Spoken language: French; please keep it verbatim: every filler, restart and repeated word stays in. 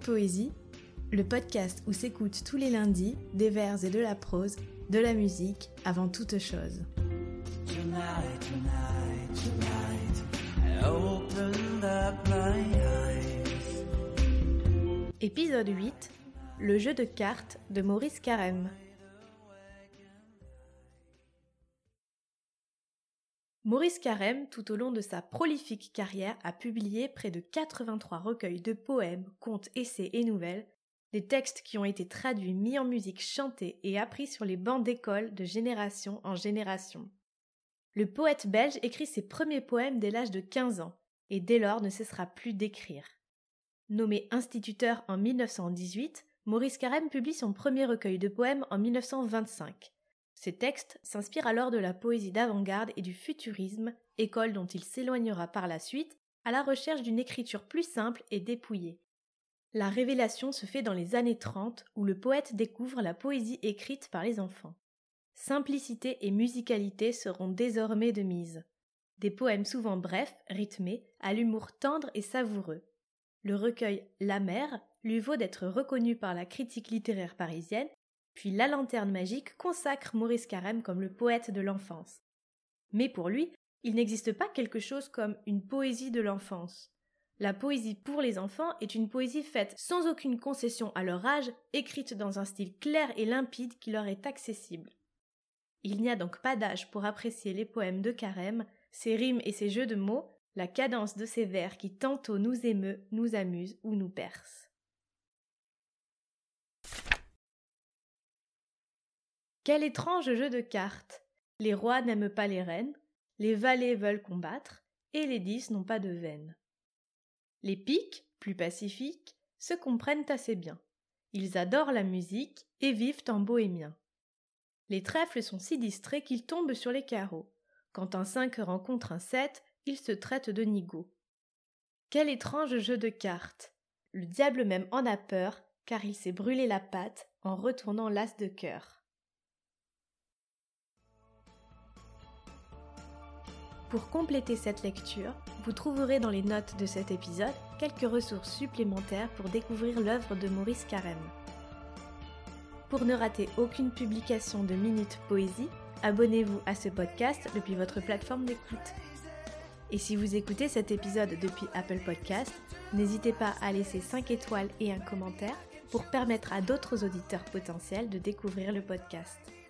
Poésie, le podcast où s'écoutent tous les lundis des vers et de la prose, de la musique avant toute chose. Tonight, tonight, tonight, I opened up my eyes. Épisode huit, le jeu de cartes de Maurice Carême. Maurice Carême, tout au long de sa prolifique carrière, a publié près de quatre-vingt-trois recueils de poèmes, contes, essais et nouvelles, des textes qui ont été traduits, mis en musique, chantés et appris sur les bancs d'école de génération en génération. Le poète belge écrit ses premiers poèmes dès l'âge de quinze ans, et dès lors ne cessera plus d'écrire. Nommé instituteur en mille neuf cent dix-huit, Maurice Carême publie son premier recueil de poèmes en mille neuf cent vingt-cinq. Ces textes s'inspirent alors de la poésie d'avant-garde et du futurisme, école dont il s'éloignera par la suite, à la recherche d'une écriture plus simple et dépouillée. La révélation se fait dans les années trente, où le poète découvre la poésie écrite par les enfants. Simplicité et musicalité seront désormais de mise. Des poèmes souvent brefs, rythmés, à l'humour tendre et savoureux. Le recueil La Mer lui vaut d'être reconnu par la critique littéraire parisienne, puis La Lanterne magique consacre Maurice Carême comme le poète de l'enfance. Mais pour lui, il n'existe pas quelque chose comme une poésie de l'enfance. La poésie pour les enfants est une poésie faite sans aucune concession à leur âge, écrite dans un style clair et limpide qui leur est accessible. Il n'y a donc pas d'âge pour apprécier les poèmes de Carême, ses rimes et ses jeux de mots, la cadence de ses vers qui tantôt nous émeut, nous amuse ou nous perce. Quel étrange jeu de cartes! Les rois n'aiment pas les reines, les valets veulent combattre, et les dix n'ont pas de veine. Les piques, plus pacifiques, se comprennent assez bien. Ils adorent la musique et vivent en bohémiens. Les trèfles sont si distraits qu'ils tombent sur les carreaux. Quand un cinq rencontre un sept, ils se traitent de nigauds. Quel étrange jeu de cartes! Le diable même en a peur, car il s'est brûlé la patte en retournant l'as de cœur. Pour compléter cette lecture, vous trouverez dans les notes de cet épisode quelques ressources supplémentaires pour découvrir l'œuvre de Maurice Carême. Pour ne rater aucune publication de Minute Poésie, abonnez-vous à ce podcast depuis votre plateforme d'écoute. Et si vous écoutez cet épisode depuis Apple Podcast, n'hésitez pas à laisser cinq étoiles et un commentaire pour permettre à d'autres auditeurs potentiels de découvrir le podcast.